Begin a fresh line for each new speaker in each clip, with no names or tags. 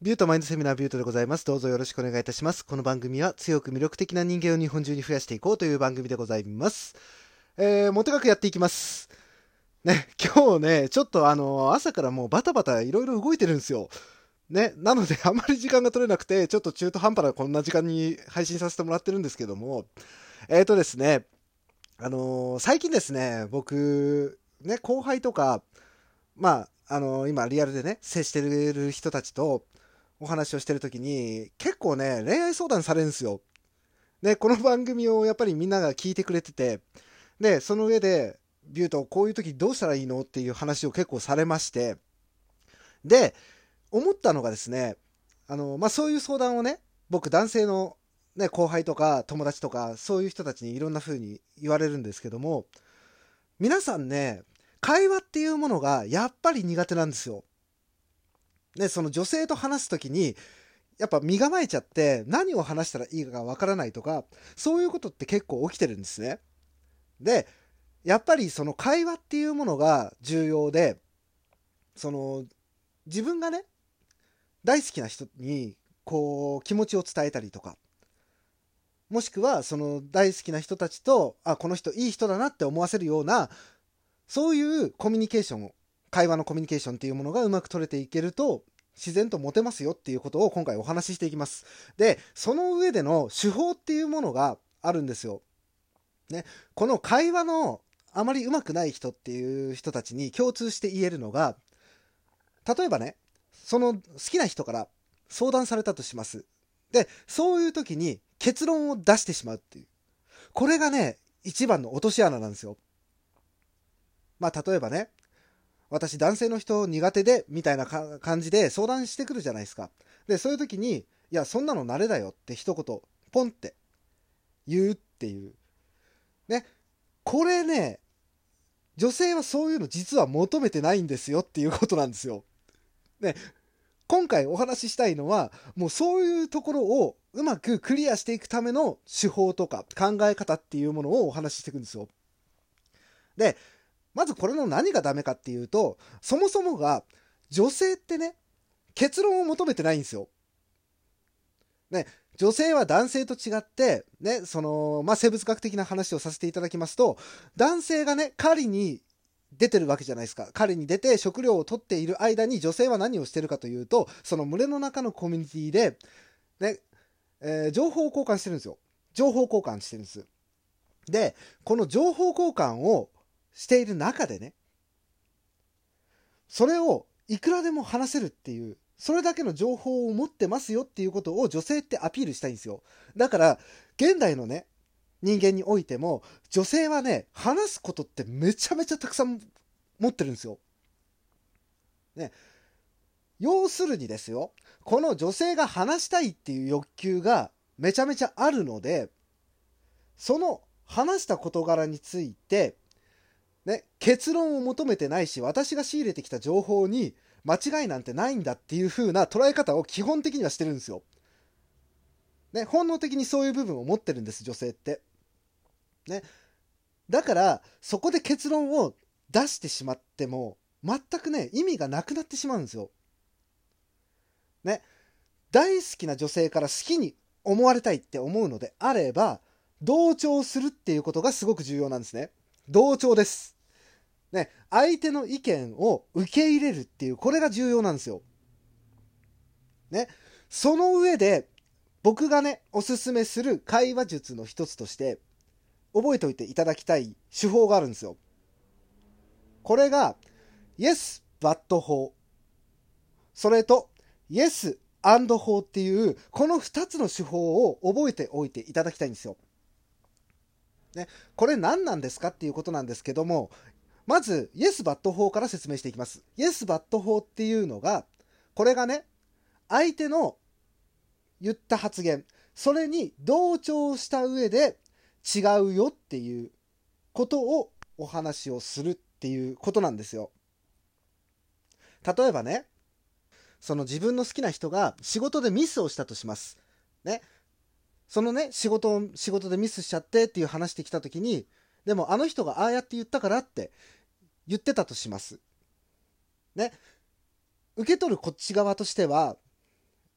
ビュートマインドセミナービュートでございます。どうぞよろしくお願いいたします。この番組は強く魅力的な人間を日本中に増やしていこうという番組でございます。もとかくやっていきます。ね、今日ね、ちょっと朝からもうバタバタいろいろ動いてるんですよ。ね、なのであんまり時間が取れなくて、ちょっと中途半端なこんな時間に配信させてもらってるんですけども、ですね、最近ですね、僕、ね、後輩とか、今リアルでね、接してる人たちとお話をしてるときに、結構ね、恋愛相談されるんですよ。で、この番組をやっぱりみんなが聞いてくれてて、で、その上で、ビュート、こういう時どうしたらいいのっていう話を結構されまして、で、思ったのがですね、そういう相談をね、僕男性のね、後輩とか友達とか、そういう人たちにいろんな風に言われるんですけども、皆さんね、会話っていうものがやっぱり苦手なんですよ。ね、その女性と話すときに、やっぱ身構えちゃって何を話したらいいかがわからないとか、そういうことって結構起きてるんですね。で、やっぱりその会話っていうものが重要で、その自分がね、大好きな人にこう気持ちを伝えたりとか、もしくはその大好きな人たちと、あ、この人いい人だなって思わせるような、そういうコミュニケーションを、会話のコミュニケーションっていうものがうまく取れていけると、自然とモテますよっていうことを今回お話ししていきます。で、その上での手法っていうものがあるんですよ。ね、この会話のあまり上手くない人っていう人たちに共通して言えるのが、例えばね、その好きな人から相談されたとします。で、そういう時に結論を出してしまうっていう。これがね、一番の落とし穴なんですよ。例えばね、私男性の人苦手で、みたいな感じで相談してくるじゃないですか。で、そういう時に、いや、そんなの慣れだよって一言、ポンって言うっていう。ね。これね、女性はそういうの実は求めてないんですよっていうことなんですよ。ね。今回お話ししたいのは、もうそういうところをうまくクリアしていくための手法とか考え方っていうものをお話ししていくんですよ。で、まずこれの何がダメかっていうと、そもそもが女性ってね、結論を求めてないんですよ。ね、女性は男性と違って、ね、生物学的な話をさせていただきますと、男性がね、狩りに出てるわけじゃないですか。狩りに出て食料を取っている間に女性は何をしてるかというと、その群れの中のコミュニティで、ね、情報を交換してるんですよ。情報交換してるんです。で、この情報交換をしている中でね、それをいくらでも話せるっていう、それだけの情報を持ってますよっていうことを女性ってアピールしたいんですよ。だから、現代のね、人間においても、女性はね、話すことってめちゃめちゃたくさん持ってるんですよ。ね。要するにですよ、この女性が話したいっていう欲求がめちゃめちゃあるので、その話した事柄について、ね、結論を求めてないし、私が仕入れてきた情報に間違いなんてないんだっていう風な捉え方を基本的にはしてるんですよ。ね、本能的にそういう部分を持ってるんです、女性って。ね。だから、そこで結論を出してしまっても、全くね、意味がなくなってしまうんですよ。ね。大好きな女性から好きに思われたいって思うのであれば、同調するっていうことがすごく重要なんですね。同調です。ね、相手の意見を受け入れるっていう、これが重要なんですよ。ね。その上で、僕がね、おすすめする会話術の一つとして、覚えておいていただきたい手法があるんですよ。これが、Yes, but 法。それと、Yes, and 法っていう、この二つの手法を覚えておいていただきたいんですよ。ね。これ何なんですかっていうことなんですけども、まず、イエスバット法から説明していきます。イエスバット法っていうのが、これがね、相手の言った発言、それに同調した上で違うよっていうことをお話をするっていうことなんですよ。例えばね、その自分の好きな人が仕事でミスをしたとします。ね。そのね、仕事でミスしちゃってっていう話してきたときに、でもあの人がああやって言ったからって言ってたとします。ね。受け取るこっち側としては、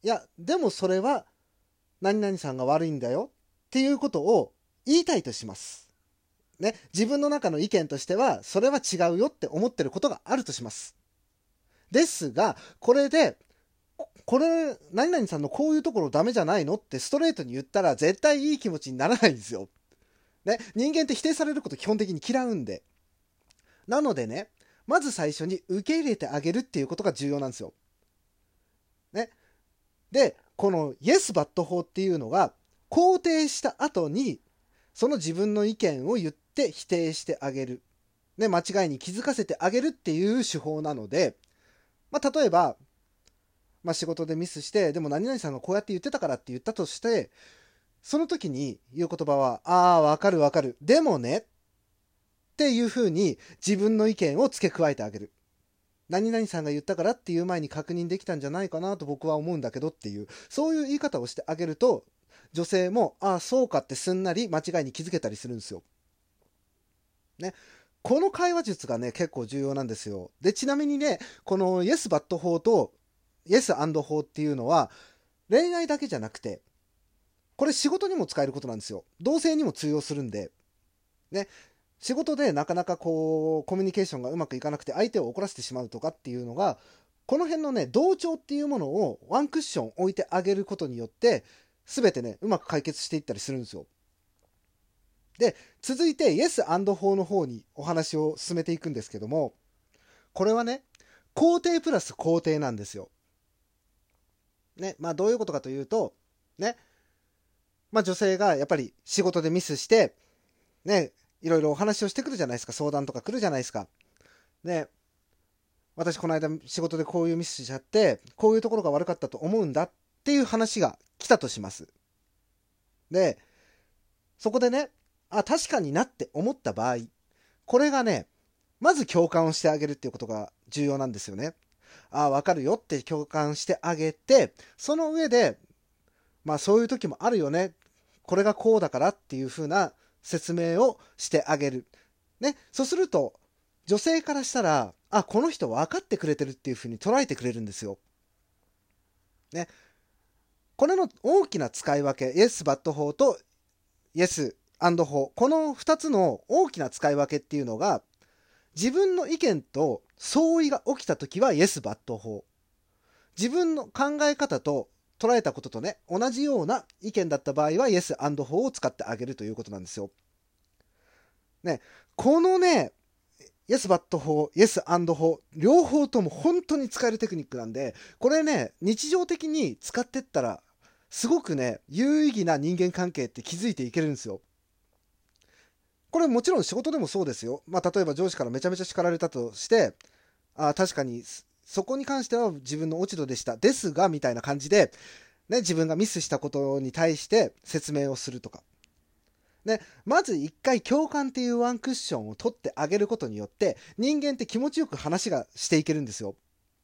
いや、でもそれは何々さんが悪いんだよっていうことを言いたいとします。ね、自分の中の意見としては、それは違うよって思ってることがあるとします。ですが、これで、これ、何々さんのこういうところダメじゃないのってストレートに言ったら絶対いい気持ちにならないんですよ。ね、人間って否定されること基本的に嫌うんで。なのでね、まず最初に受け入れてあげるっていうことが重要なんですよ。ね。で、このイエスバット法っていうのが肯定した後に、その自分の意見を言って否定してあげる。ね、間違いに気づかせてあげるっていう手法なので、例えば、仕事でミスして、でも何々さんがこうやって言ってたからって言ったとして、その時に言う言葉は、ああ、わかるわかる。でもね、っていうふうに自分の意見を付け加えてあげる。何々さんが言ったからっていう前に確認できたんじゃないかなと僕は思うんだけどっていう、そういう言い方をしてあげると、女性も、ああ、そうかってすんなり間違いに気づけたりするんですよ。ね。この会話術がね、結構重要なんですよ。で、ちなみにね、このイエスバット法とイエス法っていうのは、恋愛だけじゃなくて、これ仕事にも使えることなんですよ。同性にも通用するんで、ね。仕事でなかなかこう、コミュニケーションがうまくいかなくて相手を怒らせてしまうとかっていうのが、この辺のね、同調っていうものをワンクッション置いてあげることによって、全てね、うまく解決していったりするんですよ。で、続いて、イエス法の方にお話を進めていくんですけども、これはね、肯定プラス肯定なんですよ。ね、どういうことかというと、ね、女性がやっぱり仕事でミスして、ね、いろいろお話をしてくるじゃないですか。相談とか来るじゃないですか。ね、私この間仕事でこういうミスしちゃって、こういうところが悪かったと思うんだっていう話が来たとします。で、そこでね、確かになって思った場合、これがね、まず共感をしてあげるっていうことが重要なんですよね。わかるよって共感してあげて、その上で、そういう時もあるよね。これがこうだからっていう風な説明をしてあげる。ね。そうすると、女性からしたら、この人分かってくれてるっていう風に捉えてくれるんですよ。ね。これの大きな使い分け、イエスバット法とイエス法、この2つの大きな使い分けっていうのが、自分の意見と相違が起きたときはイエスバット法。自分の考え方と捉えたこととね、同じような意見だった場合はイエス法を使ってあげるということなんですよ。ね、このね、イエスバット法、イエス法、両方とも本当に使えるテクニックなんで、これね、日常的に使ってったら、すごくね、有意義な人間関係って築いていけるんですよ。これもちろん仕事でもそうですよ。例えば上司からめちゃめちゃ叱られたとして、確かにそこに関しては自分の落ち度でした。ですが、みたいな感じで、ね、自分がミスしたことに対して説明をするとか。ね、まず一回共感っていうワンクッションを取ってあげることによって、人間って気持ちよく話がしていけるんですよ。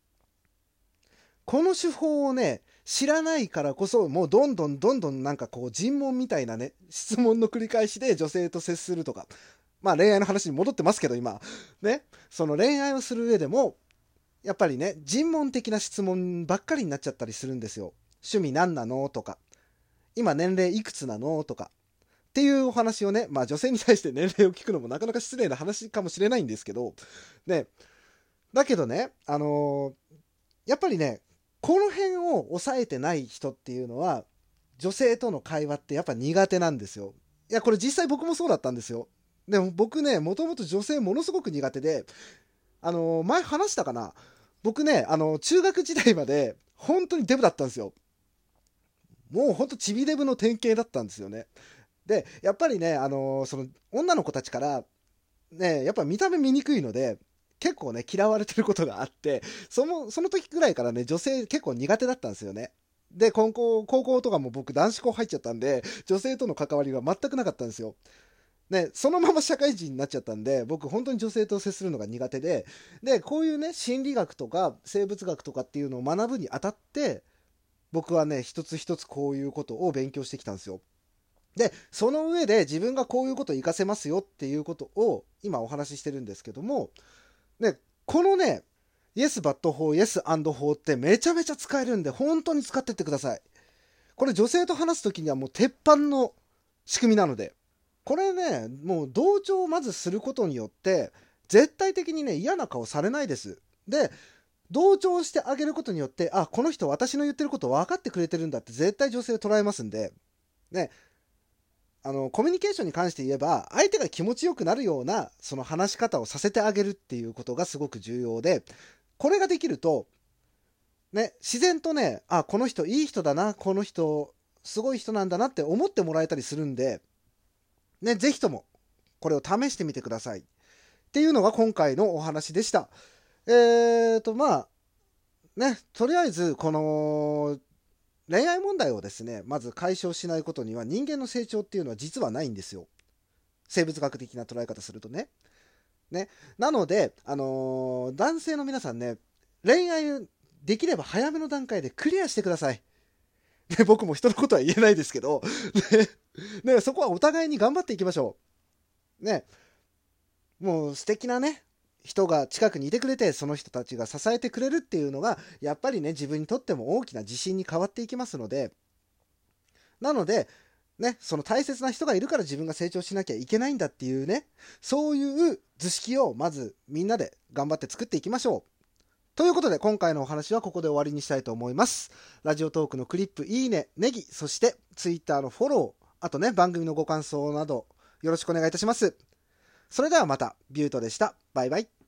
この手法をね、知らないからこそ、もうどんどんなんかこう尋問みたいなね、質問の繰り返しで女性と接するとか。恋愛の話に戻ってますけど今。ね。その恋愛をする上でも、やっぱりね、尋問的な質問ばっかりになっちゃったりするんですよ。趣味何なのとか。今年齢いくつなのとか。っていうお話をね、女性に対して年齢を聞くのもなかなか失礼な話かもしれないんですけど、ね。だけどね、やっぱりね、この辺を抑えてない人っていうのは、女性との会話ってやっぱ苦手なんですよ。いや、これ実際僕もそうだったんですよ。でも僕ね、もともと女性ものすごく苦手で、前話したかな、僕ね、中学時代まで本当にデブだったんですよ。もう本当チビデブの典型だったんですよね。で、やっぱりね、その女の子たちからね、やっぱ見た目見にくいので、結構ね、嫌われてることがあって、その時ぐらいからね、女性結構苦手だったんですよね。で、高校とかも僕男子校入っちゃったんで、女性との関わりが全くなかったんですよ。ね、そのまま社会人になっちゃったんで、僕本当に女性と接するのが苦手で、で、こういうね、心理学とか生物学とかっていうのを学ぶにあたって、僕はね、一つ一つこういうことを勉強してきたんですよ。で、その上で自分がこういうことを活かせますよっていうことを今お話ししてるんですけども、ね、このね、 Yes but for Yes and for ってめちゃめちゃ使えるんで、本当に使ってってください。これ女性と話すときにはもう鉄板の仕組みなので、これね、もう同調をまずすることによって絶対的にね、嫌な顔されないです。で、同調してあげることによって、あ、この人私の言ってること分かってくれてるんだって絶対女性を捉えますんで、ね、コミュニケーションに関して言えば、相手が気持ちよくなるようなその話し方をさせてあげるっていうことがすごく重要で、これができるとね、自然とね、あ、この人いい人だな、この人すごい人なんだなって思ってもらえたりするんで、ね、ぜひともこれを試してみてくださいっていうのが今回のお話でした。まあね、とりあえずこの恋愛問題をですね、まず解消しないことには人間の成長っていうのは実はないんですよ。生物学的な捉え方するとね。なので、男性の皆さんね、恋愛できれば早めの段階でクリアしてください。で、僕も人のことは言えないですけど、ね、そこはお互いに頑張っていきましょう。ね、もう素敵なね、人が近くにいてくれて、その人たちが支えてくれるっていうのが、やっぱりね、自分にとっても大きな自信に変わっていきますので、なので、ね、その大切な人がいるから自分が成長しなきゃいけないんだっていうね、そういう図式をまずみんなで頑張って作っていきましょう。ということで今回のお話はここで終わりにしたいと思います。ラジオトークのクリップ、いいね、ネギ、そしてツイッターのフォロー、あとね、番組のご感想などよろしくお願いいたします。それではまた、ビュートでした。バイバイ。